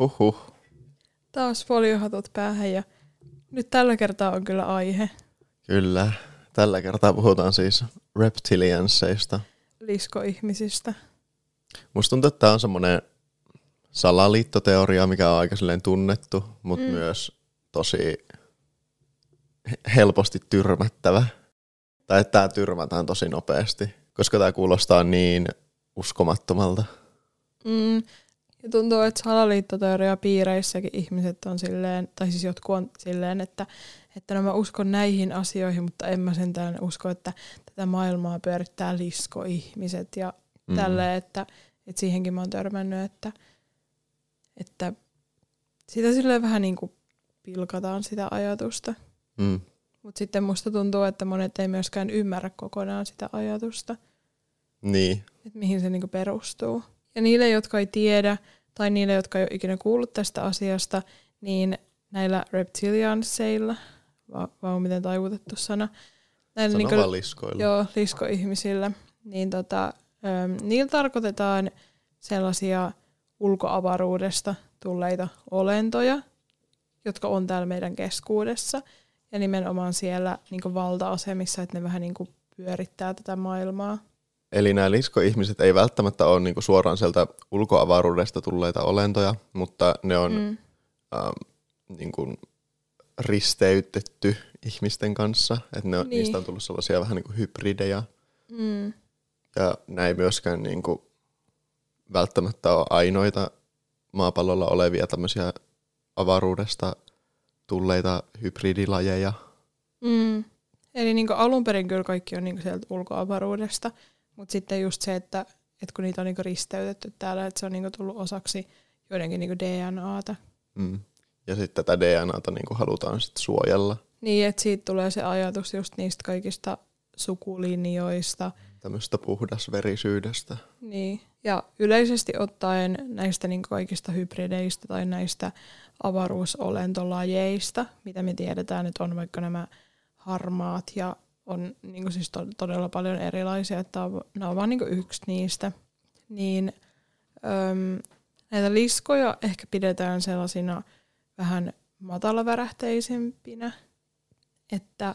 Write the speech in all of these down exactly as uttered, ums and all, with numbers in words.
Huhhuh. Taas foliohatut päähän ja nyt tällä kertaa on kyllä aihe. Kyllä. Tällä kertaa puhutaan siis reptiliansseista. Liskoihmisistä. Musta tuntuu, että tää on semmonen salaliittoteoria, mikä on aika silleen tunnettu, mutta mm. myös tosi helposti tyrmättävä. Tai että tää tyrmätään tosi nopeasti, koska tää kuulostaa niin uskomattomalta. Mm. Ja tuntuu, että salaliittoteoria piireissäkin ihmiset on silleen, tai siis jotkut on silleen, että, että no mä uskon näihin asioihin, mutta en mä sentään usko, että tätä maailmaa pyörittää liskoihmiset ja mm. tälleen, että, että siihenkin mä oon törmännyt, että, että sitä silleen vähän niin kuin pilkataan sitä ajatusta. Mm. Mutta sitten musta tuntuu, että monet ei myöskään ymmärrä kokonaan sitä ajatusta. Niin. Että mihin se niinku perustuu. Ja niille, jotka ei tiedä, tai niille, jotka ei ole ikinä kuullut tästä asiasta, niin näillä reptiliansseilla, vai, vai miten taivutettu sana? Näillä Sano niinku, vaan liskoilla. Joo, liskoihmisillä. Niin tota, ähm, niillä tarkoitetaan sellaisia ulkoavaruudesta tulleita olentoja, jotka on täällä meidän keskuudessa. Ja nimenomaan siellä niinku valta-asemissa, että ne vähän niinku pyörittää tätä maailmaa. Eli nämä liskoihmiset ei välttämättä ole niinku suoraan sieltä ulkoavaruudesta tulleita olentoja, mutta ne on mm. ähm, niinku risteytetty ihmisten kanssa. Että ne on, niin. niistä on tullut sellaisia vähän niinku hybridejä. Mm. Ja nämä ei myöskään niinku välttämättä ole ainoita maapallolla olevia tämmöisiä avaruudesta tulleita hybridilajeja. Mm. Eli niinku alun perin kyllä kaikki on niinku sieltä ulkoavaruudesta. Mutta sitten just se, että, että kun niitä on niinku risteytetty täällä, että se on niinku tullut osaksi joidenkin niinku D N A:ta. Mm. Ja sitten tätä D N A:ta niinku halutaan sit suojella. Niin, että siitä tulee se ajatus just niistä kaikista sukulinjoista. Tämmöistä puhdasverisyydestä. Niin, ja yleisesti ottaen näistä niinku kaikista hybrideistä tai näistä avaruusolentolajeista, mitä me tiedetään, että on vaikka nämä harmaat ja on niinku siis to- todella paljon erilaisia, että on, nämä on vaan niinku yksi niistä. Niin öm, näitä liskoja ehkä pidetään sellaisina vähän matalavärähteisempinä, että,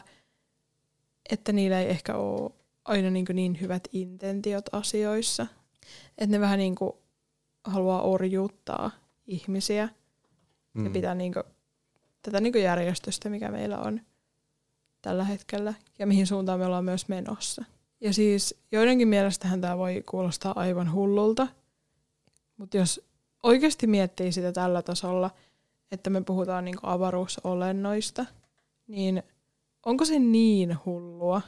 että niillä ei ehkä ole aina niinku niin hyvät intentiot asioissa. Että ne vähän niinku haluaa orjuuttaa ihmisiä mm. ja pitää niinku tätä niinku järjestystä, mikä meillä on tällä hetkellä ja mihin suuntaan me ollaan myös menossa. Ja siis joidenkin mielestähän tämä voi kuulostaa aivan hullulta, mutta jos oikeasti miettii sitä tällä tasolla, että me puhutaan niinku avaruusolennoista, niin onko se niin hullua?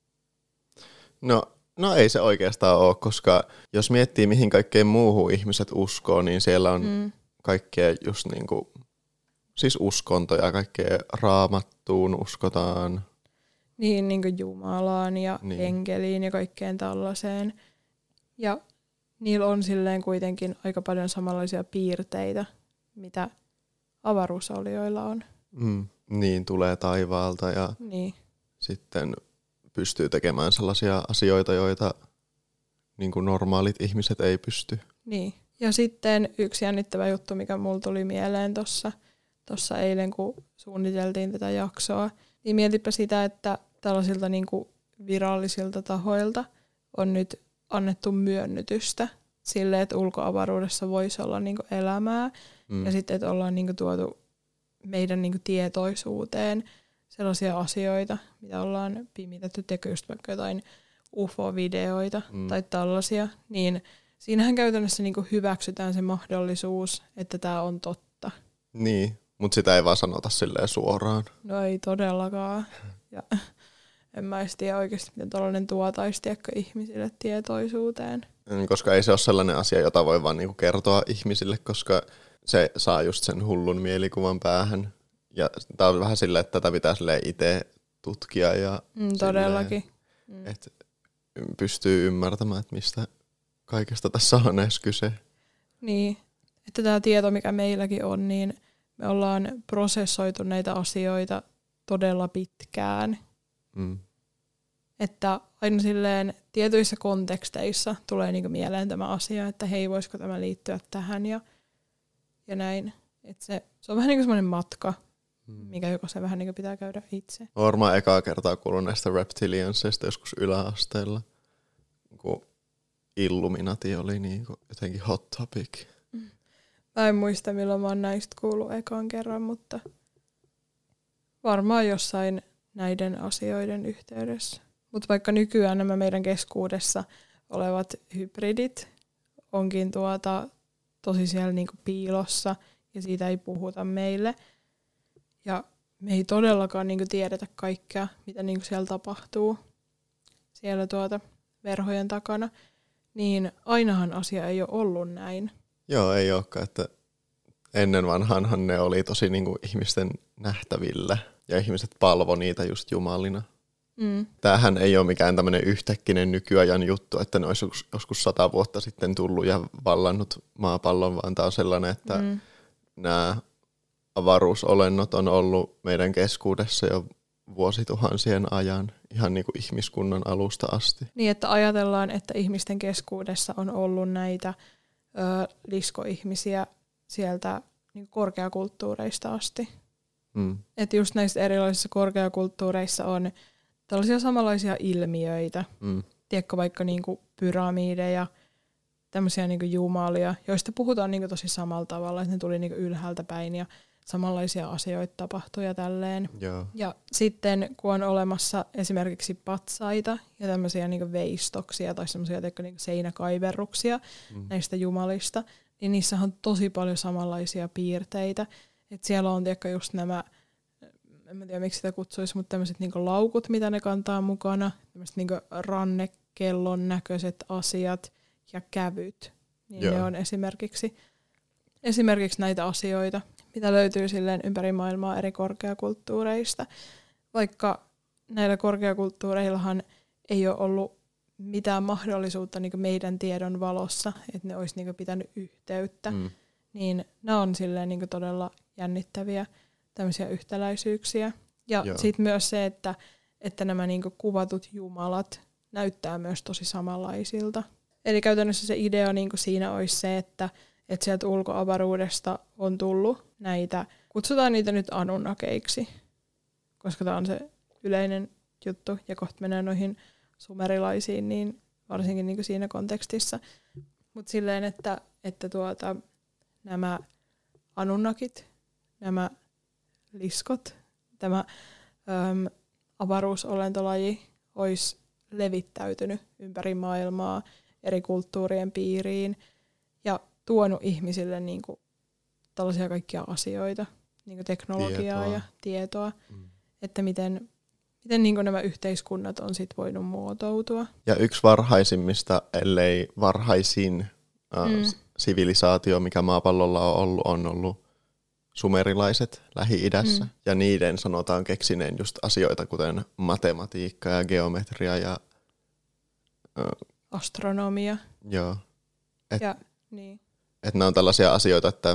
No, no ei se oikeastaan ole, koska jos miettii mihin kaikkeen muuhun ihmiset uskoo, niin siellä on mm. kaikkea just niinku siis uskontoja, kaikkea raamattuun uskotaan. Niin, niin kuin Jumalaan ja niin. enkeliin ja kaikkeen tällaiseen. Ja niillä on silleen kuitenkin aika paljon samanlaisia piirteitä, mitä avaruusolioilla on. Mm, niin, tulee taivaalta ja niin. sitten pystyy tekemään sellaisia asioita, joita niin kuin normaalit ihmiset ei pysty. Niin. Ja sitten yksi jännittävä juttu, mikä mulla tuli mieleen tuossa Tuossa eilen, kun suunniteltiin tätä jaksoa, niin mietipä sitä, että tällaisilta niin kuin virallisilta tahoilta on nyt annettu myönnytystä sille, että ulkoavaruudessa voisi olla niin kuin elämää. Mm. Ja sitten, että ollaan niin kuin tuotu meidän niin kuin tietoisuuteen sellaisia asioita, mitä ollaan pimitetty, tekee just vaikka jotain U F O-videoita mm. tai tällaisia. Niin siinähän käytännössä niin kuin hyväksytään se mahdollisuus, että tämä on totta. Niin. Mutta sitä ei vaan sanota silleen suoraan. No ei todellakaan. Ja en mä edes tiedä oikeasti, miten tällainen tuotaisi ihmisille tietoisuuteen. Koska ei se ole sellainen asia, jota voi vaan niinku kertoa ihmisille, koska se saa just sen hullun mielikuvan päähän. Ja tää on vähän silleen, että tätä pitää itse tutkia ja mm, todellakin. Mm. Että pystyy ymmärtämään, että mistä kaikesta tässä on edes kyse. Niin, että tämä tieto, mikä meilläkin on, niin me ollaan prosessoitu näitä asioita todella pitkään. Mm. Että aina silleen tietyissä konteksteissa tulee niinku mieleen tämä asia, että hei, voisiko tämä liittyä tähän. Ja, ja näin. Et se, se on vähän niin kuin semmoinen matka, Mm. mikä joko se vähän niin kuin pitää käydä itse. Varmaan ekaa kertaa kuullut näistä reptiliansseista joskus yläasteella, kun Illuminati oli niin kuin jotenkin hot topic. Mä en muista, milloin mä oon näistä kuullut ekaan kerran, mutta varmaan jossain näiden asioiden yhteydessä. Mutta vaikka nykyään nämä meidän keskuudessa olevat hybridit onkin tuota tosi siellä niinku piilossa ja siitä ei puhuta meille. Ja me ei todellakaan niinku tiedetä kaikkea, mitä niinku siellä tapahtuu siellä tuota verhojen takana. Niin ainahan asia ei ole ollut näin. Joo, ei olekaan, että ennen vanhaanhan ne oli tosi niin kuin ihmisten nähtävillä ja ihmiset palvo niitä just jumalina. Mm. Tämähän ei ole mikään tämmöinen yhtäkkinen nykyajan juttu, että ne olisi joskus, joskus sata vuotta sitten tullut ja vallannut maapallon, vaan tämä on sellainen, että mm. nämä avaruusolennot on ollut meidän keskuudessa jo vuosituhansien ajan, ihan niin kuin ihmiskunnan alusta asti. Niin, että ajatellaan, että ihmisten keskuudessa on ollut näitä ö, liskoihmisiä sieltä niin korkeakulttuureista asti. Mm. Että just näissä erilaisissa korkeakulttuureissa on tällaisia samanlaisia ilmiöitä. Mm. Tiedätkö vaikka niinku pyramideja, tämmöisiä niinku jumalia, joista puhutaan niinku tosi samalla tavalla, että ne tuli niinku ylhäältä päin ja samanlaisia asioita tapahtui ja tälleen. Joo. Ja sitten kun on olemassa esimerkiksi patsaita ja tämmöisiä niinku veistoksia tai semmoisia niinku seinäkaiverruksia mm. näistä jumalista, niin niissä on tosi paljon samanlaisia piirteitä. Et siellä on tiedätkö just nämä, en tiedä miksi sitä kutsuisi, mutta tämmöiset niinku laukut, mitä ne kantaa mukana, tämmöiset niinku rannekellon näköiset asiat ja kävyt. Niin Joo. ne on esimerkiksi, esimerkiksi näitä asioita, mitä löytyy silleen ympäri maailmaa eri korkeakulttuureista. Vaikka näillä korkeakulttuureillahan ei ole ollut mitään mahdollisuutta niin kuin meidän tiedon valossa, että ne olisi niin kuin pitänyt yhteyttä, mm. niin nämä on silleen niin kuin todella jännittäviä tämmöisiä yhtäläisyyksiä. Ja sitten myös se, että, että nämä niin kuin kuvatut jumalat näyttää myös tosi samanlaisilta. Eli käytännössä se idea niin kuin siinä olisi se, että, että sieltä ulkoavaruudesta on tullut näitä, kutsutaan niitä nyt Anunnakeiksi, koska tämä on se yleinen juttu, ja kohta menee noihin sumerilaisiin, niin varsinkin niin kuin siinä kontekstissa. Mutta silleen, että, että tuota, nämä Anunnakit, nämä liskot, tämä äm, avaruusolentolaji olisi levittäytynyt ympäri maailmaa eri kulttuurien piiriin ja tuonut ihmisille niin kuin tällaisia kaikkia asioita, niin kuin teknologiaa tietoa. ja tietoa, mm. että miten, miten niin kuin nämä yhteiskunnat on sit voinut muotoutua. Ja yksi varhaisimmista, ellei varhaisin äh, mm. sivilisaatio, mikä maapallolla on ollut, on ollut sumerilaiset Lähi-idässä. Mm. Ja niiden sanotaan keksineen just asioita, kuten matematiikka ja geometria ja äh, astronomia. Joo. Et, ja, niin. et nämä on tällaisia asioita, että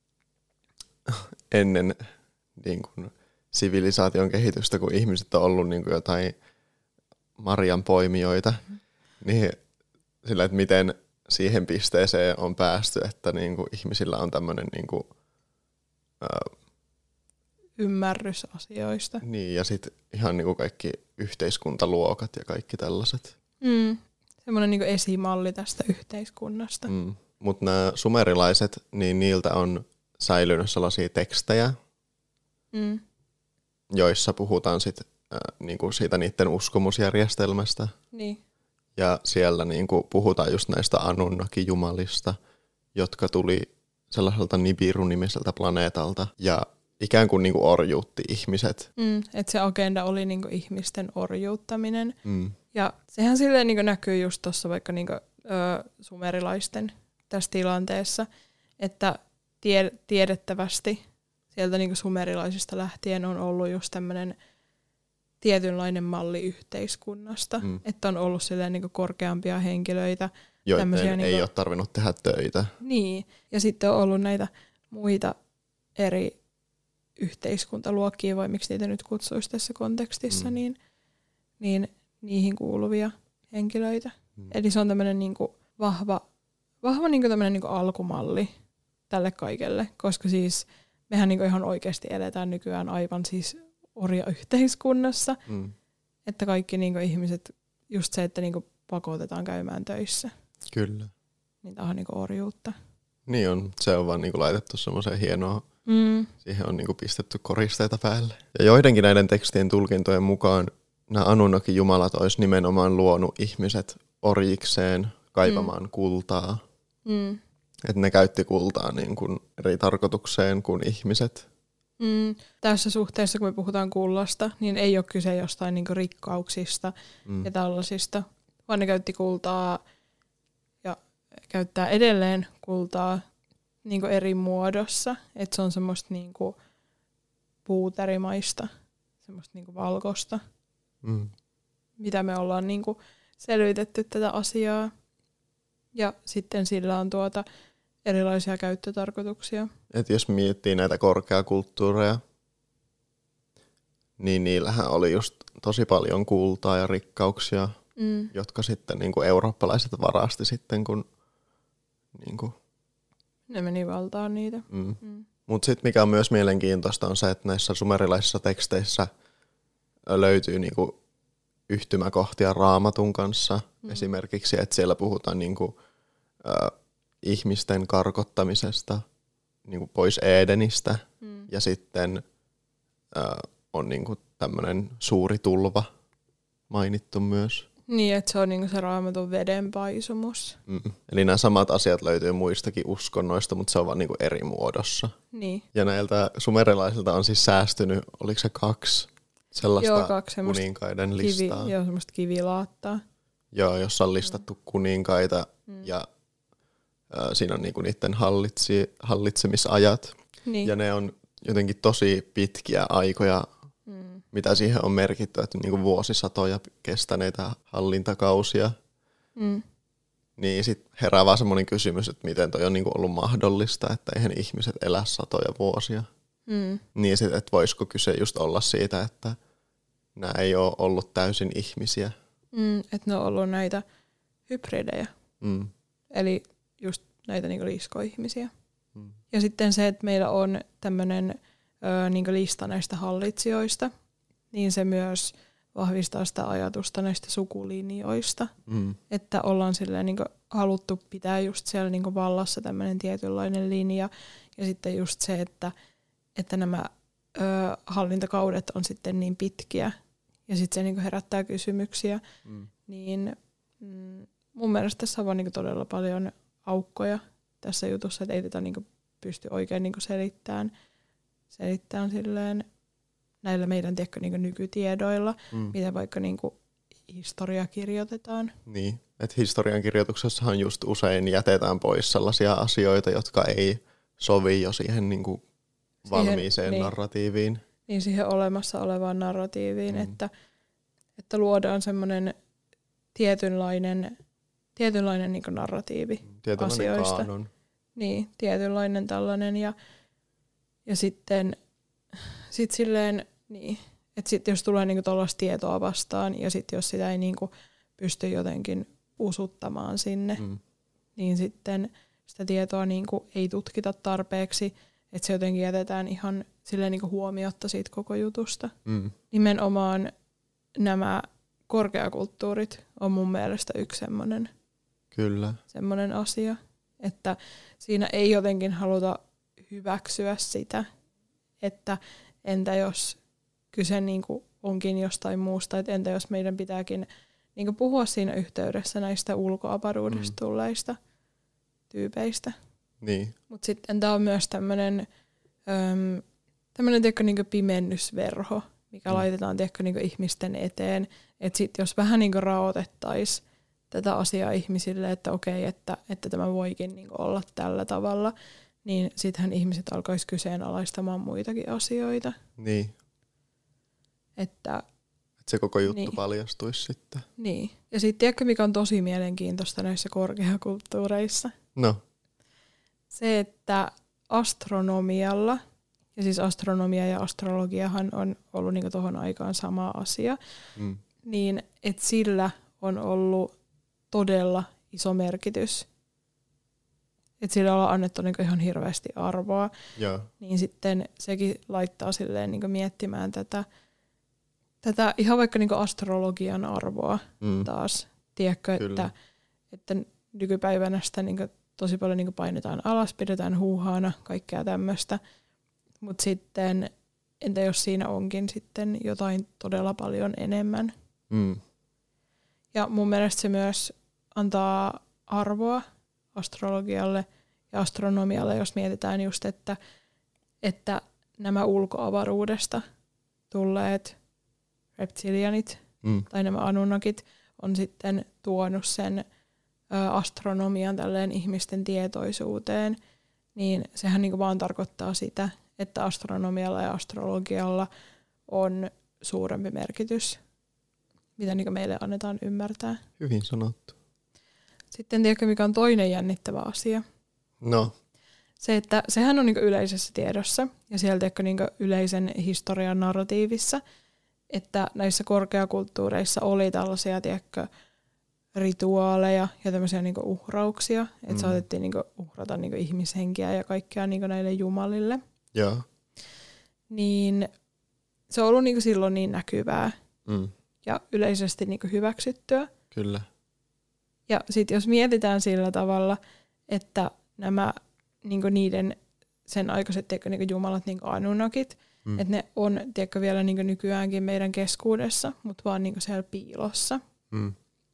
ennen niin kuin, sivilisaation kehitystä, kun ihmiset on ollut niin kuin jotain marjanpoimijoita, mm. niin sillä, että miten siihen pisteeseen on päästy, että niin kuin ihmisillä on tämmöinen niin kuin, ää, ymmärrys asioista. Niin, ja sitten ihan niin kuin kaikki yhteiskuntaluokat ja kaikki tällaiset. Mm. Semmoinen niin kuin esimalli tästä yhteiskunnasta. Mm. Mutta nämä sumerilaiset, niin niiltä on säilynyt sellaisia tekstejä, mm. joissa puhutaan sit, äh, niinku siitä niiden uskomusjärjestelmästä. Niin. Ja siellä niinku puhutaan just näistä Anunnaki-jumalista, jotka tuli sellaiselta Nibiru-nimiseltä planeetalta ja ikään kuin niinku orjuutti ihmiset. Mm, että se agenda oli niinku ihmisten orjuuttaminen. Mm. Ja sehän silleen niinku näkyy just tuossa vaikka niinku, ö, sumerilaisten tässä tilanteessa, että tie, tiedettävästi sieltä niinku sumerilaisista lähtien on ollut just tämmöinen tietynlainen malli yhteiskunnasta, mm. että on ollut silleen niinku korkeampia henkilöitä. Joiden ei niinku, ole tarvinnut tehdä töitä. Niin, ja sitten on ollut näitä muita eri yhteiskuntaluokkia, vai miksi niitä nyt kutsuisi tässä kontekstissa, mm. niin, niin niihin kuuluvia henkilöitä. Mm. Eli se on tämmöinen niinku vahva, vahva niinku tämmöinen niinku alkumalli tälle kaikelle, koska siis mehän niinku ihan oikeasti eletään nykyään aivan siis orjayhteiskunnassa, mm. että kaikki niinku ihmiset, just se, että niinku pakotetaan käymään töissä. Kyllä. Niin tämä on niinku orjuutta. Niin on, se on vaan niinku laitettu semmoiseen hienoa, mm. siihen on niinku pistetty koristeita päälle. Ja joidenkin näiden tekstien tulkintojen mukaan nämä Anunnaki-jumalat olisi nimenomaan luonut ihmiset orjikseen kaivamaan mm. kultaa. Mm. Että ne käytti kultaa niin kuin eri tarkoitukseen kuin ihmiset. Mm. Tässä suhteessa, kun me puhutaan kullasta, niin ei ole kyse jostain niin kuin rikkauksista mm. ja tällaisista, vaan ne käytti kultaa ja käyttää edelleen kultaa niin kuin eri muodossa. Että se on semmoista niin kuin puuterimaista, semmoista niin kuin valkoista, mm. mitä me ollaan niin kuin selvitetty tätä asiaa. Ja sitten sillä on tuota erilaisia käyttötarkoituksia. Et jos miettii näitä korkeakulttuureja, niin niillähän oli just tosi paljon kultaa ja rikkauksia, mm. jotka sitten niin kuin eurooppalaiset varasti sitten, kun niin kuin ne meni valtaan niitä. Mm. Mm. Mutta sitten mikä on myös mielenkiintoista on se, että näissä sumerilaisissa teksteissä löytyy niin kuin yhtymäkohtia Raamatun kanssa. Mm. Esimerkiksi, että siellä puhutaan niin kuin, äh, ihmisten karkottamisesta niin kuin pois Edenistä. Mm. Ja sitten äh, on niin kuin tämmöinen suuri tulva mainittu myös. Niin, että se on niin kuin se Raamatun vedenpaisumus. Mm. Eli nämä samat asiat löytyy muistakin uskonnoista, mutta se on vaan niin kuin eri muodossa. Niin. Ja näiltä sumerilaisilta on siis säästynyt, oliko se kaksi sellaista joo, kaksi kuninkaiden kivi, listaa. Joo, semmoista kivilaattaa. Joo, jossa on listattu mm. kuninkaita mm. ja äh, siinä on niinku niiden hallitsi, hallitsemisajat. Niin. Ja ne on jotenkin tosi pitkiä aikoja, mm. mitä siihen on merkitty, että niinku vuosisatoja kestäneitä hallintakausia. Mm. Niin sitten herää vaan semmoinen kysymys, että miten toi on niinku ollut mahdollista, että eihän ihmiset elä satoja vuosia. Mm. Niin sitten, että voisiko kyse just olla siitä, että nämä ei ole ollut täysin ihmisiä. Mm, että ne on ollut näitä hybridejä. Mm. Eli just näitä niinku liskoihmisiä. Mm. Ja sitten se, että meillä on tämmöinen niinku lista näistä hallitsijoista, niin se myös vahvistaa sitä ajatusta näistä sukulinjoista. Mm. Että ollaan silleen niinku haluttu pitää just siellä niinku vallassa tämmöinen tietynlainen linja. Ja sitten just se, että, että nämä ö, hallintakaudet on sitten niin pitkiä, ja sitten se niinku herättää kysymyksiä, mm. niin mm, mun mielestä tässä on vaan niinku todella paljon aukkoja tässä jutussa, että ei tätä niinku pysty oikein niinku selittämään, selittämään silleen näillä meidän tiedätkö, niinku nykytiedoilla, mm. miten vaikka niinku historia kirjoitetaan. Niin, että historian kirjoituksessahan just usein jätetään pois sellaisia asioita, jotka ei sovi jo siihen niinku valmiiseen siihen, niin. narratiiviin. Niin siihen olemassa olevaan narratiiviin, mm. että, että luodaan semmoinen tietynlainen, tietynlainen niin kuin narratiivi tietynlainen asioista. Kaanon. Niin, tietynlainen tällainen. Ja, ja sitten sit silleen, niin, että sit jos tulee niin kuin tuollaista tietoa vastaan ja sitten jos sitä ei niin kuin pysty jotenkin usuttamaan sinne, mm. niin sitten sitä tietoa niin kuin ei tutkita tarpeeksi, että se jotenkin jätetään ihan silleen niin kuin huomiotta siitä koko jutusta. Mm. Nimenomaan nämä korkeakulttuurit on mun mielestä yksi semmoinen, Kyllä. semmoinen asia, että siinä ei jotenkin haluta hyväksyä sitä, että entä jos kyse niin kuin onkin jostain muusta, että entä jos meidän pitääkin niin kuin puhua siinä yhteydessä näistä ulkoavaruudesta mm. tulleista tyypeistä. Niin. Mutta sitten tämä on myös tämmöinen öm, tämmöinen niinku pimennysverho, mikä mm. laitetaan tiedätkö, niinku ihmisten eteen. Että sitten jos vähän niinku raotettaisiin tätä asiaa ihmisille, että okei, että, että tämä voikin niinku olla tällä tavalla, niin sittenhän ihmiset alkaisi kyseenalaistamaan muitakin asioita. Niin. Että Et se koko juttu niin. paljastuisi sitten. Niin. Ja sitten tiedätkö, mikä on tosi mielenkiintoista näissä korkeakulttuureissa? No. Se, että astronomialla, ja siis astronomia ja astrologiahan on ollut niinku tohon aikaan sama asia, mm. niin että sillä on ollut todella iso merkitys. että sillä ollaan annettu niin ihan hirveästi arvoa, Joo. niin sitten sekin laittaa silleen niin miettimään tätä, tätä ihan vaikka niin astrologian arvoa mm. taas. Tiedätkö, että, että nykypäivänä sitä niin tosi paljon niin painetaan alas, pidetään huuhaana, kaikkea tämmöistä. Mutta sitten entä jos siinä onkin sitten jotain todella paljon enemmän? Mm. Ja mun mielestä se myös antaa arvoa astrologialle ja astronomialle, jos mietitään just, että, että nämä ulkoavaruudesta tulleet reptilianit mm. tai nämä anunnakit on sitten tuonut sen ö, astronomian tälleen ihmisten tietoisuuteen, niin sehän niinku vaan tarkoittaa sitä, että astronomialla ja astrologialla on suurempi merkitys, mitä niinku meille annetaan ymmärtää. Hyvin sanottu. Sitten tiedätkö, mikä on toinen jännittävä asia? No. Se, että sehän on niinku yleisessä tiedossa ja siellä tiedätkö, niinku yleisen historian narratiivissa, että näissä korkeakulttuureissa oli tällaisia tiedätkö, rituaaleja ja tämmöisiä niinku uhrauksia, että mm. saatettiin niinku uhrata niinku ihmishenkiä ja kaikkea niinku näille jumalille. Joo. Niin se on ollut niinku silloin niin näkyvää mm. ja yleisesti niinku hyväksyttyä. Kyllä. Ja sitten jos mietitään sillä tavalla, että nämä niinku niiden sen aikaiset tiedätkö, niinku jumalat, niinku anunnakit, mm. että ne on tiedätkö, vielä niinku nykyäänkin meidän keskuudessa, mutta vaan niinku siellä piilossa. Mm.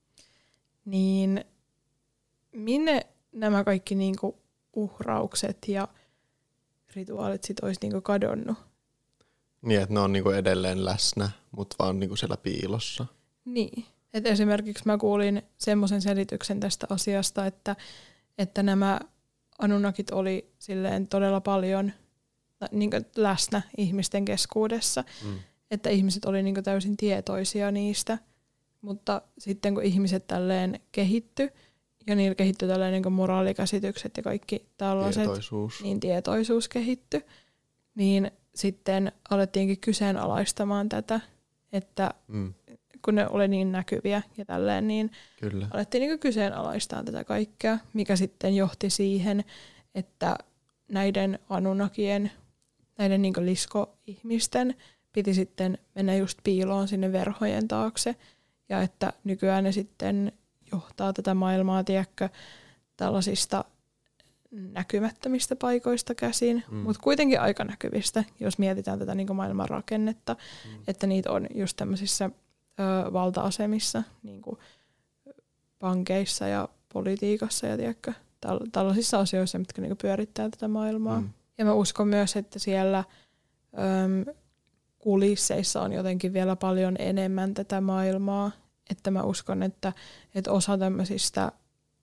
Niin minne nämä kaikki niinku uhraukset ja rituaalit sit olisi niinku kadonnut? Niin, että ne on niinku edelleen läsnä, mutta vaan niinku siellä piilossa. Niin. Et esimerkiksi mä kuulin semmoisen selityksen tästä asiasta, että, että nämä anunnakit oli silleen todella paljon niin kuin läsnä ihmisten keskuudessa, mm. että ihmiset oli niin kuin täysin tietoisia niistä, mutta sitten kun ihmiset tälleen kehitty ja niillä kehittyi tälleen niin kuin moraalikäsitykset ja kaikki tällaiset, tietoisuus. niin tietoisuus kehittyi, niin sitten alettiinkin kyseenalaistamaan tätä, että mm. kun ne oli niin näkyviä ja tälleen, niin Kyllä. alettiin niin kyseenalaistaa tätä kaikkea, mikä sitten johti siihen, että näiden anunnakien, näiden niin lisko-ihmisten piti sitten mennä just piiloon sinne verhojen taakse, ja että nykyään ne sitten johtaa tätä maailmaa, tiedätkö, tällaisista näkymättömistä paikoista käsin, mm. mutta kuitenkin aika näkyvistä, jos mietitään tätä niin maailman rakennetta, mm. että niitä on just tämmöisissä ö, valta-asemissa, niin kuin pankeissa ja politiikassa ja tiedätkö, täll- tällaisissa asioissa, mitkä niin pyörittää tätä maailmaa. Mm. Ja mä uskon myös, että siellä ö, kulisseissa on jotenkin vielä paljon enemmän tätä maailmaa, että mä uskon, että, että osa tämmöisistä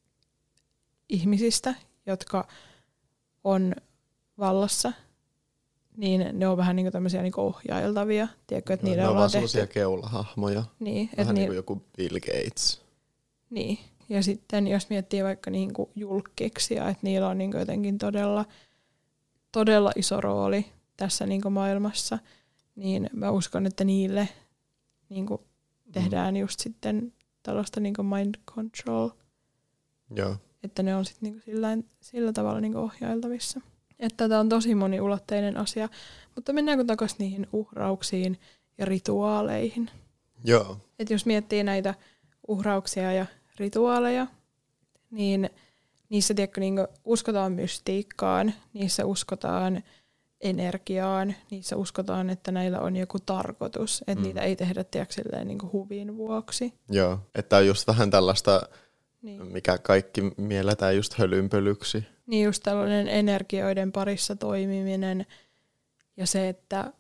ihmisistä, jotka on vallassa, niin ne on vähän niinku tämmöisiä niinku ohjailtavia. Tiedätkö, että no, niillä ne on ollaan vaan tehty sellaisia keulahahmoja. Niin, vähän niin kuin ni- joku Bill Gates. Niin, ja sitten jos miettii vaikka niinku julkkiksia, että niillä on niinku jotenkin todella, todella iso rooli tässä niinku maailmassa, niin mä uskon, että niille niinku tehdään mm. just sitten tällaista niinku mind control. Joo. Että ne on sitten niinku sillä, sillä tavalla niinku ohjailtavissa. Että tämä on tosi moniulotteinen asia. Mutta mennäänkö takaisin niihin uhrauksiin ja rituaaleihin? Joo. Että jos miettii näitä uhrauksia ja rituaaleja, niin niissä tiedätkö, niinku uskotaan mystiikkaan, niissä uskotaan energiaan, niissä uskotaan, että näillä on joku tarkoitus, että mm. niitä ei tehdä tiedätkö, silleen, niinku huvin vuoksi. Joo, että on just vähän tällaista, niin. mikä kaikki mielletään just hölynpölyksi. Niin just tällainen energioiden parissa toimiminen ja se, että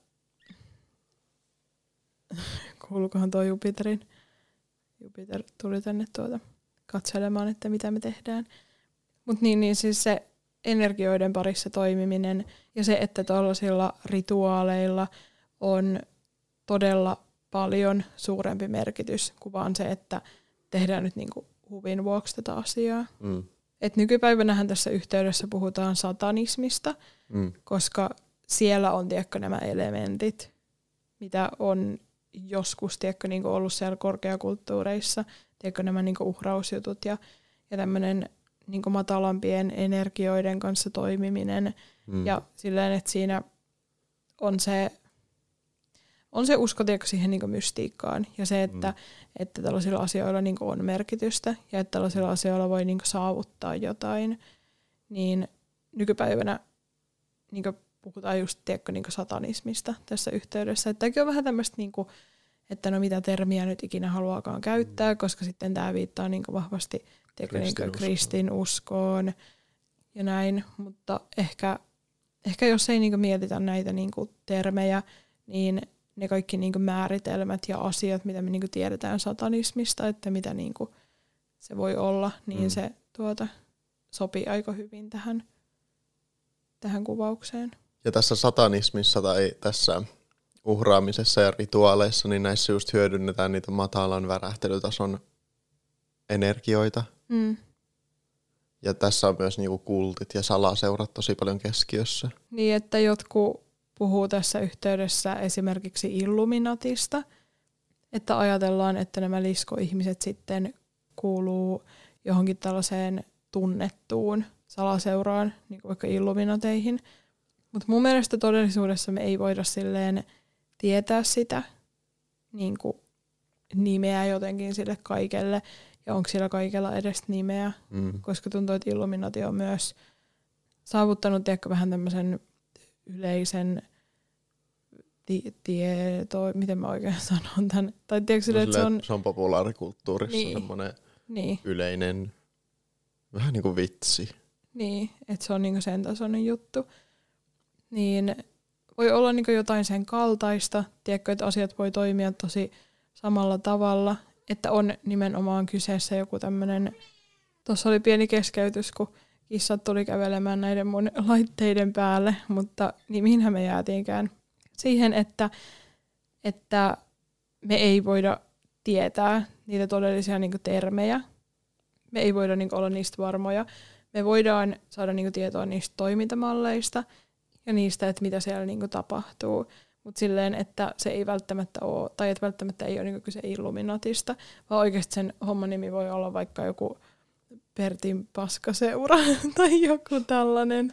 kuuluukohan tuo Jupiterin, Jupiter tuli tänne tuota katselemaan, että mitä me tehdään. Mutta niin, niin siis se energioiden parissa toimiminen ja se, että tuollaisilla rituaaleilla on todella paljon suurempi merkitys kuin vaan se, että tehdään nyt niinku huvin vuoksi tätä asiaa. Mm. Et nykypäivänähän tässä yhteydessä puhutaan satanismista, mm. koska siellä on tiedätkö, nämä elementit, mitä on joskus tiedätkö, niin ollut siellä korkeakulttuureissa, tiedätkö, nämä niin uhrausjutut ja, ja tämmöinen niin kuin matalampien energioiden kanssa toimiminen mm. ja silleen, että siinä on se, on se usko siihen niin kuin mystiikkaan ja se, että, mm. että tällaisilla asioilla niin kuin on merkitystä ja että tällaisilla asioilla voi niin kuin saavuttaa jotain, niin nykypäivänä niin kuin puhutaan just tiedätkö, niin kuin satanismista tässä yhteydessä. Että tämäkin on vähän tämmöistä, niin kuin, että no mitä termiä nyt ikinä haluaakaan käyttää, koska sitten tämä viittaa niin kuin vahvasti tiedätkö, niin kuin kristinuskoon ja näin. Mutta ehkä, ehkä jos ei niin kuin mietitä näitä niin kuin termejä, niin ne kaikki niin kuin määritelmät ja asiat, mitä me niin kuin tiedetään satanismista, että mitä niin kuin se voi olla, niin mm. se tuota, sopii aika hyvin tähän, tähän kuvaukseen. Ja tässä satanismissa tai tässä uhraamisessa ja rituaaleissa, niin näissä just hyödynnetään niitä matalan värähtelytason energioita. Mm. Ja tässä on myös niinku kultit ja salaseurat tosi paljon keskiössä. Niin, että jotkut puhuu tässä yhteydessä esimerkiksi Illuminatista, että ajatellaan, että nämä liskoihmiset sitten kuuluu johonkin tällaiseen tunnettuun salaseuraan, niin kuin vaikka Illuminateihin. Mutta mun mielestä todellisuudessa me ei voida silleen tietää sitä niin kuin nimeä jotenkin sille kaikelle, ja onko sillä kaikella edes nimeä, mm. koska tuntuu, että Illuminati on myös saavuttanut tiedätkö, vähän tämmöisen yleisen ti- tieto, miten mä oikein sanon tämän. Tai tiedätkö, no, että se on, se on populaarikulttuurissa niin, semmoinen niin. yleinen, vähän niin kuin vitsi. Niin, että se on niinku sen tasoinen juttu. Niin voi olla niinku jotain sen kaltaista, tiedätkö, että asiat voi toimia tosi samalla tavalla, että on nimenomaan kyseessä joku tämmöinen, tuossa oli pieni keskeytys, kun kissat tuli kävelemään näiden mun laitteiden päälle, mutta niin mihinhän me jäätiinkään? Siihen, että, että me ei voida tietää niitä todellisia niinku termejä, me ei voida niinku olla niistä varmoja, me voidaan saada niinku tietoa niistä toimintamalleista ja niistä, että mitä siellä niinku tapahtuu. Mutta silleen, että se ei välttämättä ole, tai että välttämättä ei ole niinku kyse Illuminatista, vaan oikeasti sen homman nimi voi olla vaikka joku Pertin paskaseura tai joku tällainen.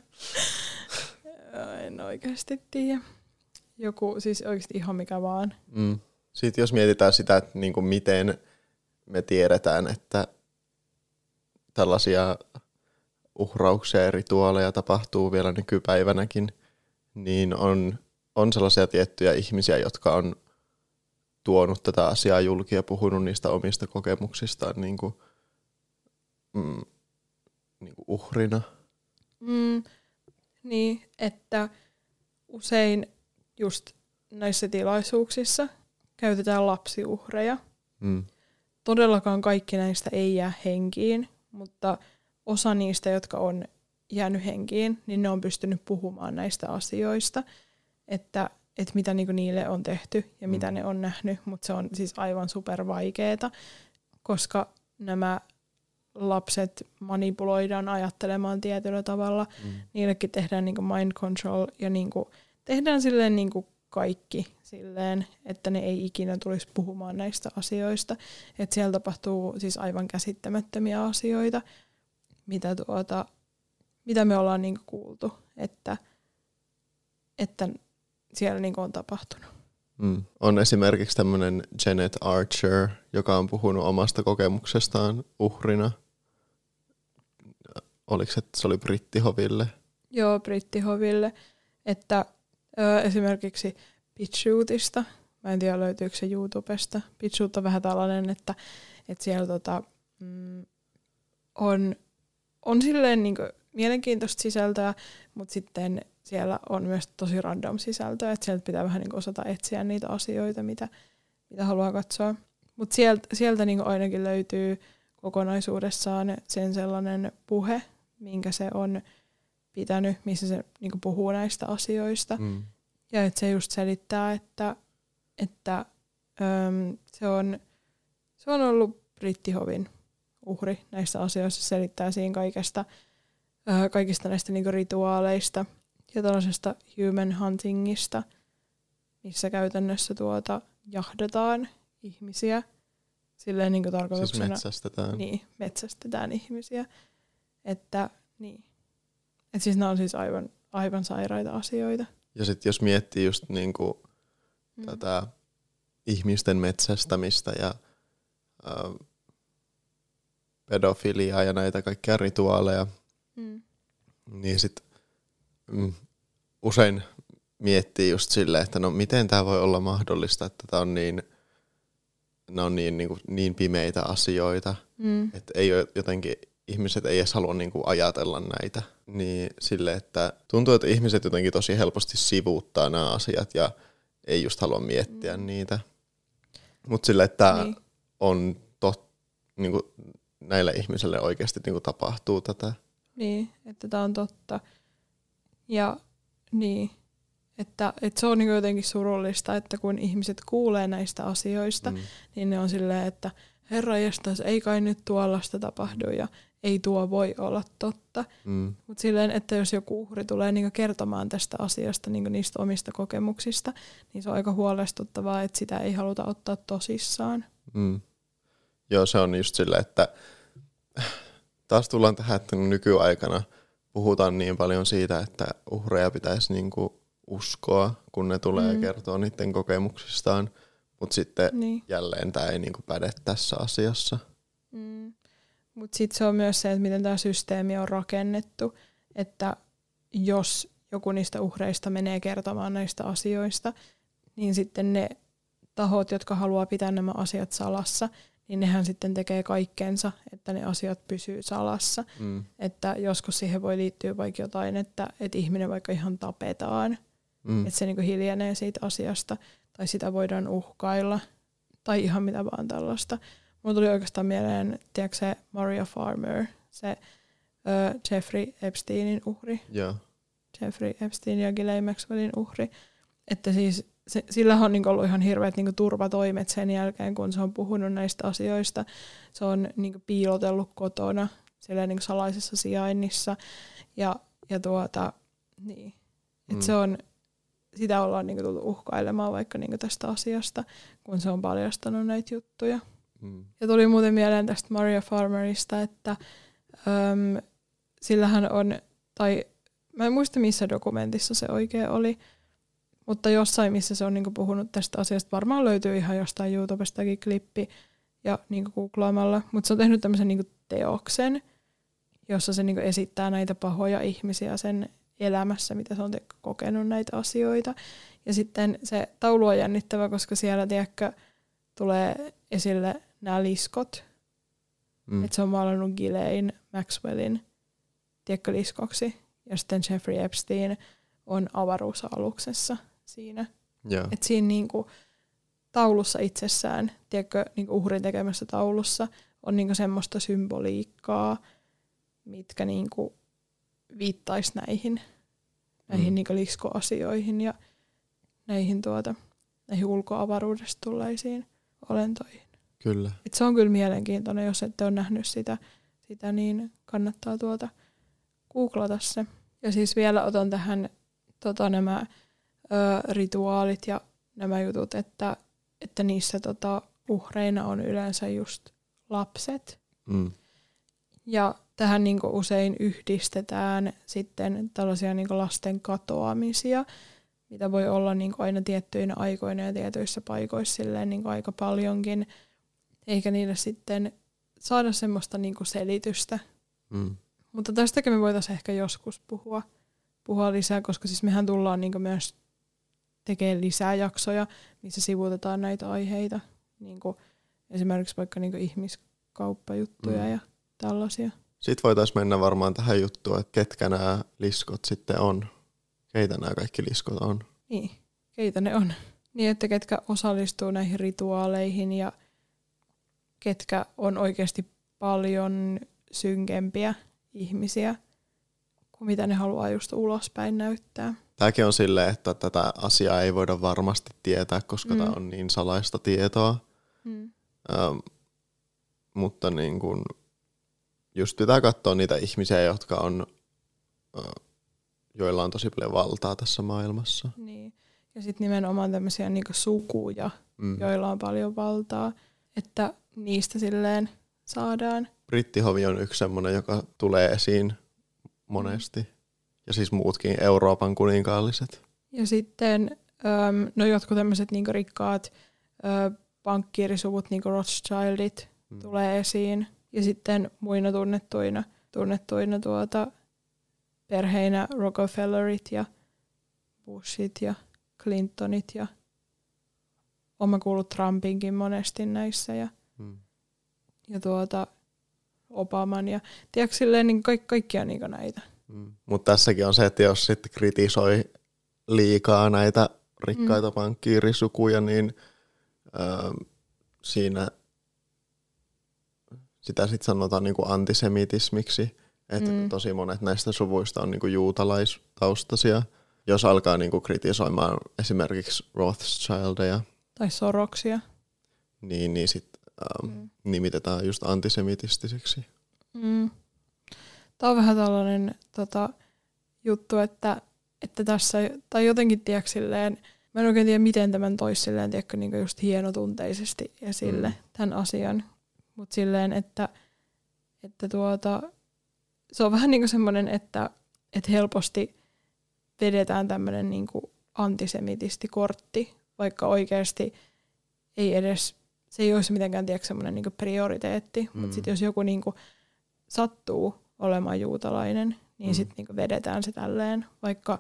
En oikeasti tiedä. Joku, siis oikeasti ihan mikä vaan. Mm. Sitten jos mietitään sitä, että niinku miten me tiedetään, että tällaisia uhrauksia ja rituaaleja tapahtuu vielä nykypäivänäkin, niin on, on sellaisia tiettyjä ihmisiä, jotka on tuonut tätä asiaa julki ja puhunut niistä omista kokemuksistaan niin kuin, mm, niin kuin uhrina. Mm, niin, että usein just näissä tilaisuuksissa käytetään lapsiuhreja. Mm. Todellakaan kaikki näistä ei jää henkiin, mutta osa niistä, jotka on jäänyt henkiin, niin ne on pystynyt puhumaan näistä asioista, että, että mitä niinku niille on tehty ja mm. mitä ne on nähnyt, mutta se on siis aivan super vaikeeta, koska nämä lapset manipuloidaan ajattelemaan tietyllä tavalla, mm. niillekin tehdään niinku mind control ja niinku tehdään silleen niinku kaikki silleen, että ne ei ikinä tulisi puhumaan näistä asioista, että siellä tapahtuu siis aivan käsittämättömiä asioita, mitä, tuota, mitä me ollaan niinku kuultu, että, että siellä niinku on tapahtunut. Mm. On esimerkiksi tämmöinen Janet Archer, joka on puhunut omasta kokemuksestaan uhrina. Oliko se, että se oli Brittihoville? Joo, Brittihoville. Että ö, esimerkiksi BitChutista, mä en tiedä löytyykö se YouTubesta. BitChut on vähän tällainen, että, että siellä tota, mm, on On silleen niin kuin mielenkiintoista sisältöä, mutta sitten siellä on myös tosi random sisältöä, että sieltä pitää vähän niin kuin osata etsiä niitä asioita, mitä, mitä haluaa katsoa. Mutta sieltä, sieltä niin kuin ainakin löytyy kokonaisuudessaan sen sellainen puhe, minkä se on pitänyt, missä se niin kuin puhuu näistä asioista. Mm. Ja että se just selittää, että, että äm, se, on, se on ollut Brittihovin uhri näistä asioista, selittää siinä kaikesta, äh, kaikista näistä niinku rituaaleista ja tällaisesta human huntingista, missä käytännössä tuota jahdataan ihmisiä silleen niinku tarkoituksena. Siis metsästetään. Niin, metsästetään ihmisiä. Että niin. Et siis nämä on siis aivan, aivan sairaita asioita. Ja sitten jos miettii just niinku mm. tätä ihmisten metsästämistä ja äh, pedofiliaa ja näitä kaikkia rituaaleja, mm. niin sit mm, usein miettii just silleen, että no miten tämä voi olla mahdollista, että tämä on niin, ne on niin, niin, kuin, niin pimeitä asioita, mm. että ei ole jotenkin, ihmiset ei edes halua niin kuin ajatella näitä. Niin sille, että tuntuu, että ihmiset jotenkin tosi helposti sivuuttaa nämä asiat ja ei just halua miettiä mm. niitä. Mutta sille, että tämä niin. on tot, niin kuin näille ihmisille oikeasti niin kuin tapahtuu tätä. Niin, että tämä on totta. Ja niin, että, että se on niin jotenkin surullista, että kun ihmiset kuulee näistä asioista, mm. niin ne on silleen, että herranjestas, ei kai nyt tuollaista tapahdu ja ei tuo voi olla totta. Mm. Mutta silleen, että jos joku uhri tulee niin kertomaan tästä asiasta, niin niistä omista kokemuksista, niin se on aika huolestuttavaa, että sitä ei haluta ottaa tosissaan. Mm. Joo, se on just silleen, että taas tullaan tähän, että nykyaikana puhutaan niin paljon siitä, että uhreja pitäisi niinku uskoa, kun ne tulee mm. kertoa niiden kokemuksistaan, mutta sitten niin. jälleen tämä ei niinku päde tässä asiassa. Mm. Mutta sitten se on myös se, että miten tämä systeemi on rakennettu, että jos joku niistä uhreista menee kertomaan näistä asioista, niin sitten ne tahot, jotka haluaa pitää nämä asiat salassa, niin nehän sitten tekee kaikkensa, että ne asiat pysyy salassa. Mm. Että joskus siihen voi liittyä vaikka jotain, että, että ihminen vaikka ihan tapetaan, mm. että se niinku hiljenee siitä asiasta, tai sitä voidaan uhkailla, tai ihan mitä vaan tällaista. Mulla tuli oikeastaan mieleen, tiedätkö se Maria Farmer, se ö, Jeffrey Epsteinin uhri. Yeah. Jeffrey Epstein ja Ghislaine Maxwellin uhri. Että siis se, sillä on niinku ollut ihan hirveät niinku turvatoimet sen jälkeen, kun se on puhunut näistä asioista. Se on niinku piilotellut kotona silleen niinku salaisessa sijainnissa. Ja, ja tuota, niin. Et mm. se on, sitä ollaan niinku tullut uhkailemaan vaikka niinku tästä asiasta, kun se on paljastanut näitä juttuja. Mm. Ja tuli muuten mieleen tästä Maria Farmerista, että äm, sillähän on, tai mä en muista missä dokumentissa se oikein oli, mutta jossain missä se on niinku puhunut tästä asiasta, varmaan löytyy ihan jostain YouTubestakin klippi ja niinku googlaamalla, mutta se on tehnyt tämmöisen niinku teoksen, jossa se niinku esittää näitä pahoja ihmisiä sen elämässä, mitä se on te- kokenut näitä asioita. Ja sitten se taulu on jännittävä, koska siellä tiedätkö, tulee esille nämä liskot. Mm. Että se on maalannut Ghislaine Maxwellin tiedätkö, liskoksi. Ja sitten Jeffrey Epstein on avaruusaluksessa siinä. Yeah. Että siinä niinku taulussa itsessään, tiedätkö, niinku uhrin tekemässä taulussa, on niinku semmoista symboliikkaa, mitkä niinku viittaisi näihin, näihin mm. niinku liskoasioihin ja näihin, tuota, näihin ulkoavaruudesta tulleisiin olentoihin. Kyllä. Et se on kyllä mielenkiintoinen, jos ette ole nähnyt sitä, sitä niin kannattaa tuota googlata se. Ja siis vielä otan tähän tota, nämä ö, rituaalit ja nämä jutut, että, että niissä tota, uhreina on yleensä just lapset. Mm. Ja tähän niinku usein yhdistetään sitten tällaisia niinku lasten katoamisia, mitä voi olla niinku aina tiettyinä aikoina ja tietyissä paikoissa silleen niinku aika paljonkin, eikä niille sitten saada semmoista niinku selitystä. Mm. Mutta tästäkin me voitaisiin ehkä joskus puhua, puhua lisää, koska siis mehän tullaan niinku myös tekemään lisää jaksoja, missä sivuutetaan näitä aiheita, niinku esimerkiksi vaikka niinku ihmiskauppajuttuja mm. ja tällaisia. Sitten voitaisiin mennä varmaan tähän juttuun, että ketkä nämä liskot sitten on. Keitä nämä kaikki liskot on? Niin, keitä ne on. Niin, että ketkä osallistuu näihin rituaaleihin ja ketkä on oikeasti paljon synkempiä ihmisiä kuin mitä ne haluaa just ulospäin näyttää. Tämäkin on silleen, että tätä asiaa ei voida varmasti tietää, koska mm. tämä on niin salaista tietoa. Mm. Ähm, mutta niin kun just pitää katsoa niitä ihmisiä, jotka on, joilla on tosi paljon valtaa tässä maailmassa. Niin. Ja sitten nimenomaan tämmöisiä niinku sukuja, mm. joilla on paljon valtaa, että niistä silleen saadaan brittihovi on yksi semmoinen, joka tulee esiin monesti. Ja siis muutkin Euroopan kuninkaalliset. Ja sitten äm, no jotkut tämmöiset niinku rikkaat ö, pankkiirisuvut, niinku Rothschildit, hmm. tulee esiin. Ja sitten muina tunnettuina, tunnettuina tuota, perheinä Rockefellerit ja Bushit ja Clintonit ja olen kuullut Trumpinkin monesti näissä ja, hmm. ja tuota, Obaman ja tiedätkö silleen niin kaikki, kaikkia niin näitä. Hmm. Mutta tässäkin on se, että jos sitten kritisoi liikaa näitä rikkaita hmm. pankkiirisukuja, niin äh, siinä sitä sitten sanotaan niin kuin antisemitismiksi, että hmm. tosi monet näistä suvuista on niin kuin juutalaistaustaisia. Jos alkaa niin kuin kritisoimaan esimerkiksi Rothschildeja tai Soroksia, niin, niin sitten ähm, mm. nimitetään just antisemitistisiksi. Mm. Tämä on vähän tällainen tota, juttu, että, että tässä, tai jotenkin tiedätkö silleen, mä en oikein tiedä miten tämän toisi silleen, tiedätkö, niin just hienotunteisesti esille mm. tämän asian, mutta silleen, että, että tuota, se on vähän niin kuin semmoinen, että, että helposti vedetään tämmöinen niin kuin antisemitistikortti, vaikka oikeasti ei edes, se ei olisi mitenkään tiedä semmoinen niin kuin prioriteetti, mm. mutta sitten jos joku niin kuin sattuu olemaan juutalainen, niin mm. sitten niin kuin vedetään se tälleen, vaikka,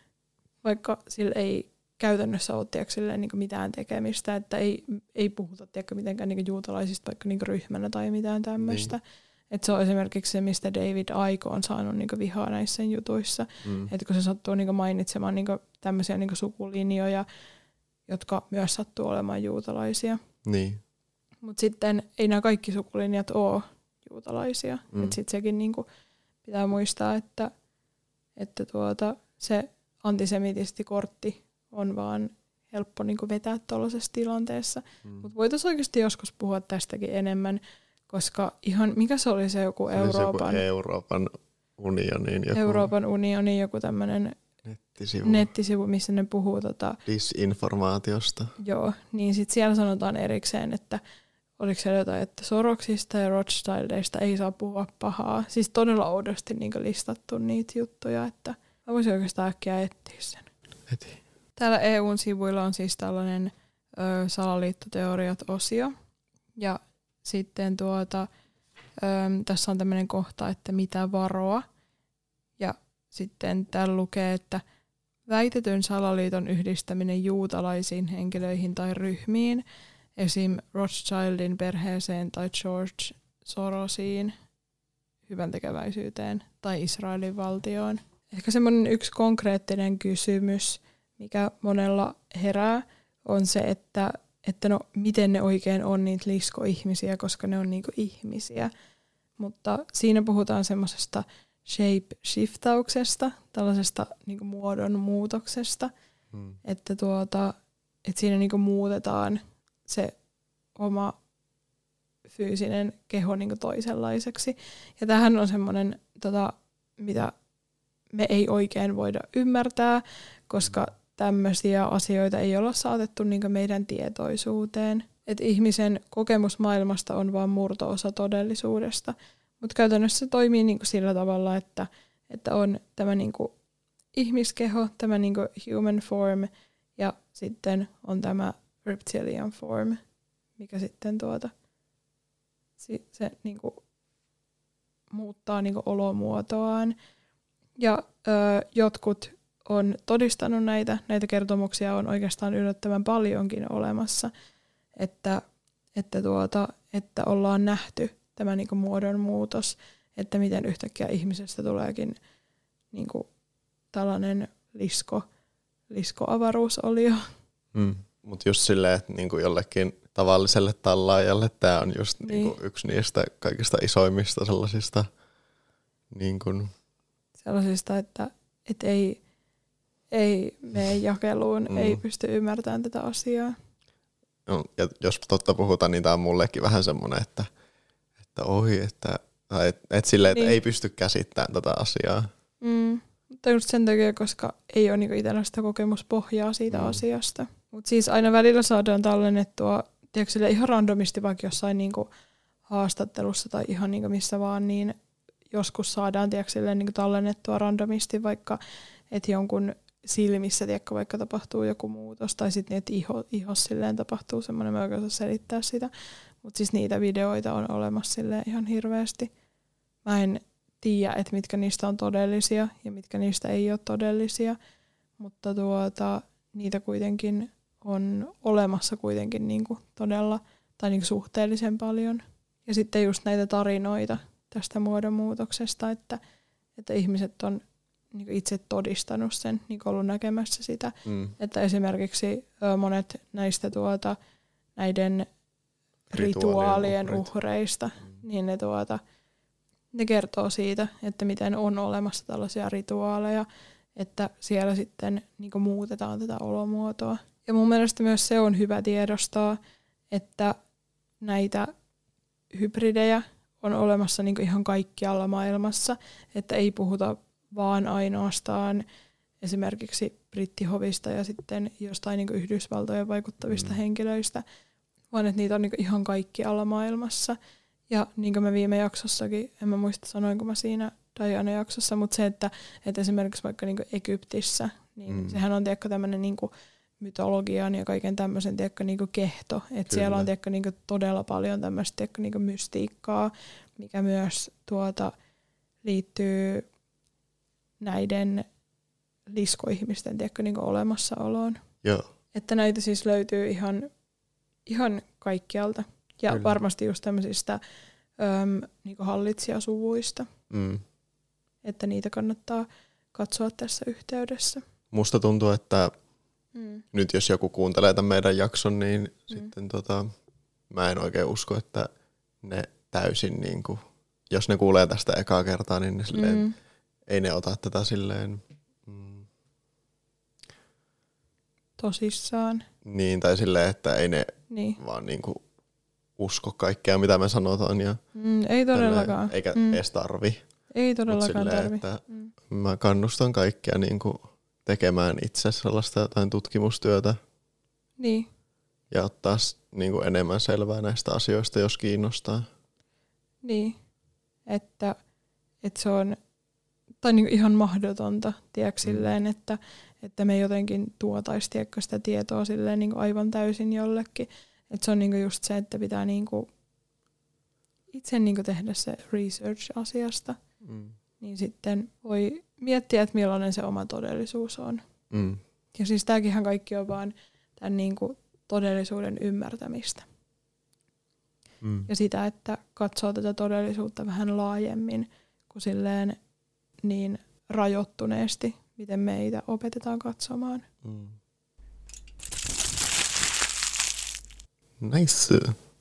vaikka sillä ei käytännössä ole tiedä, silleen, niin kuin mitään tekemistä, että ei, ei puhuta tiedä, mitenkään niin kuin juutalaisista vaikka niin kuin ryhmänä tai mitään tämmöistä. Niin. Että se on esimerkiksi se, mistä David Icke on saanut niinku vihaa näissä jutuissa. Mm. Että kun se sattuu niinku mainitsemaan niinku tämmöisiä niinku sukulinjoja, jotka myös sattuu olemaan juutalaisia. Niin. Mutta sitten ei nämä kaikki sukulinjat ole juutalaisia. Mm. Että sitten sekin niinku pitää muistaa, että, että tuota, se antisemitistikortti on vaan helppo niinku vetää tuollaisessa tilanteessa. Mm. Mutta voitaisiin oikeasti joskus puhua tästäkin enemmän. Koska ihan, mikä se oli se joku se Euroopan... Se joku Euroopan unionin joku... Euroopan unionin joku tämmöinen nettisivu. nettisivu, missä ne puhuu tota... disinformaatiosta. Joo, niin sitten siellä sanotaan erikseen, että oliko siellä jotain, että Soroksista ja Rothschildeista ei saa puhua pahaa. Siis todella oudosti niin listattu niitä juttuja, että mä voisin oikeastaan äkkiä etsiä sen. Heti. Täällä E U:n sivuilla on siis tällainen ö, salaliittoteoriat-osio. Ja sitten tuota, ö, tässä on tämmöinen kohta, että mitä varoa. Ja sitten täällä lukee, että väitetyn salaliiton yhdistäminen juutalaisiin henkilöihin tai ryhmiin, esim. Rothschildin perheeseen tai George Sorosiin, hyväntekeväisyyteen tai Israelin valtioon. Ehkä semmoinen yksi konkreettinen kysymys, mikä monella herää, on se, että että no miten ne oikein on niitä liskoihmisiä, koska ne on niinku ihmisiä. Mutta siinä puhutaan semmoisesta shape-shiftauksesta, tällaisesta niinku muodon muutoksesta, hmm. että, tuota, että siinä niinku muutetaan se oma fyysinen keho niinku toisenlaiseksi. Ja tämähän on semmoinen, tota, mitä me ei oikein voida ymmärtää, koska tämmöisiä asioita ei olla saatettu niinku meidän tietoisuuteen. Et ihmisen kokemus maailmasta on vain murto-osa todellisuudesta. Mutta käytännössä se toimii niinku sillä tavalla, että, että on tämä niinku ihmiskeho, tämä niinku human form, ja sitten on tämä reptilian form, mikä sitten tuota, se, se niinku muuttaa niinku olomuotoaan. Ja ö, jotkut on todistanut näitä, näitä kertomuksia on oikeastaan yllättävän paljonkin olemassa, että, että, tuota, että ollaan nähty tämä niinku muodon muutos, että miten yhtäkkiä ihmisestä tuleekin niinku tällainen lisko, liskoavaruusolio. Mm. Mutta just silleen, että niinku jollekin tavalliselle tallaajalle tämä on just niin. niinku yksi niistä kaikista isoimmista sellaisista, niinku... sellaisista että et ei, ei mene jakeluun, mm. ei pysty ymmärtämään tätä asiaa. No, ja jos totta puhutaan, niin tämä on mullekin vähän semmoinen, että, että ohi, että, et, et silleen, että niin. ei pysty käsittämään tätä asiaa. Mm. Mutta just sen takia, koska ei ole niinku itsellä sitä kokemuspohjaa siitä mm. asiasta. Mutta siis aina välillä saadaan tallennettua, tiedätkö, ihan randomisti vaikka jossain niinku haastattelussa tai ihan niin missä vaan, niin joskus saadaan tiedätkö, silleen, niin tallennettua randomisti vaikka, että jonkun silmissä tiedätkö, vaikka tapahtuu joku muutos tai sitten niin, että iho, ihossa silleen tapahtuu semmoinen, mä oikein osaa selittää sitä. Mutta siis niitä videoita on olemassa silleen ihan hirveästi. Mä en tiedä, että mitkä niistä on todellisia ja mitkä niistä ei ole todellisia, mutta tuota, niitä kuitenkin on olemassa kuitenkin niinku todella tai niinku suhteellisen paljon. Ja sitten just näitä tarinoita tästä muodonmuutoksesta, että, että ihmiset on niinku itse todistanut sen, niinku ollut näkemässä sitä. Mm. Että esimerkiksi monet näistä tuota, näiden rituaalien, rituaalien uhreista, mm. niin ne, tuota, ne kertoo siitä, että miten on olemassa tällaisia rituaaleja, että siellä sitten niinku muutetaan tätä olomuotoa. Ja mun mielestä myös se on hyvä tiedostaa, että näitä hybridejä on olemassa niinku ihan kaikkialla maailmassa, että ei puhuta vaan ainoastaan esimerkiksi brittihovista ja sitten jostain niinku Yhdysvaltojen vaikuttavista mm. henkilöistä, vaan että niitä on niinku ihan kaikkialla maailmassa. Ja niin kuin mä viime jaksossakin, en mä muista sanoinko mä siinä Diana-jaksossa, mutta se, että, että esimerkiksi vaikka niinku Egyptissä, niin mm. sehän on tiedätkö tämmöinen niinku mytologian ja kaiken tämmöisen tiedätkö, niinku kehto. Että siellä on tiedätkö, niinku todella paljon tämmöistä tiedätkö, niinku mystiikkaa, mikä myös tuota, liittyy näiden liskoihmisten tiedätkö, niinku olemassaoloon. Joo. Että näitä siis löytyy ihan, ihan kaikkialta. Ja Kyllä. varmasti just tämmöisistä öm, niinku hallitsijasuvuista. Mm. Että niitä kannattaa katsoa tässä yhteydessä. Musta tuntuu, että mm. nyt jos joku kuuntelee tämän meidän jakson, niin mm. sitten tota, mä en oikein usko, että ne täysin, niinku, jos ne kuulee tästä ekaa kertaa, niin ne silleen, mm. ei ne ota tätä silleen mm, tosissaan. Niin, tai silleen, että ei ne niin. vaan niinku usko kaikkea, mitä me sanotaan. Ja mm, ei todellakaan. Eikä mm. edes tarvi. Ei todellakaan silleen, tarvi. Että mm. mä kannustan kaikkia niinku tekemään itse sellaista jotain tutkimustyötä. Niin. Ja ottaa niinku enemmän selvää näistä asioista, jos kiinnostaa. Niin. Että, että se on tai niinku ihan mahdotonta, tiedätkö, mm. silleen, että, että me jotenkin tuotaisi tiedätkö, sitä tietoa silleen, niinku aivan täysin jollekin. Että se on niinku just se, että pitää niinku itse niinku tehdä se research asiasta. Mm. Niin sitten voi miettiä, että millainen se oma todellisuus on. Mm. Ja siis tämäkinhän kaikki on vaan tämän niinku todellisuuden ymmärtämistä. Mm. Ja sitä, että katsoo tätä todellisuutta vähän laajemmin kuin silleen niin rajoittuneesti, miten meitä opetetaan katsomaan. Mm. Nice.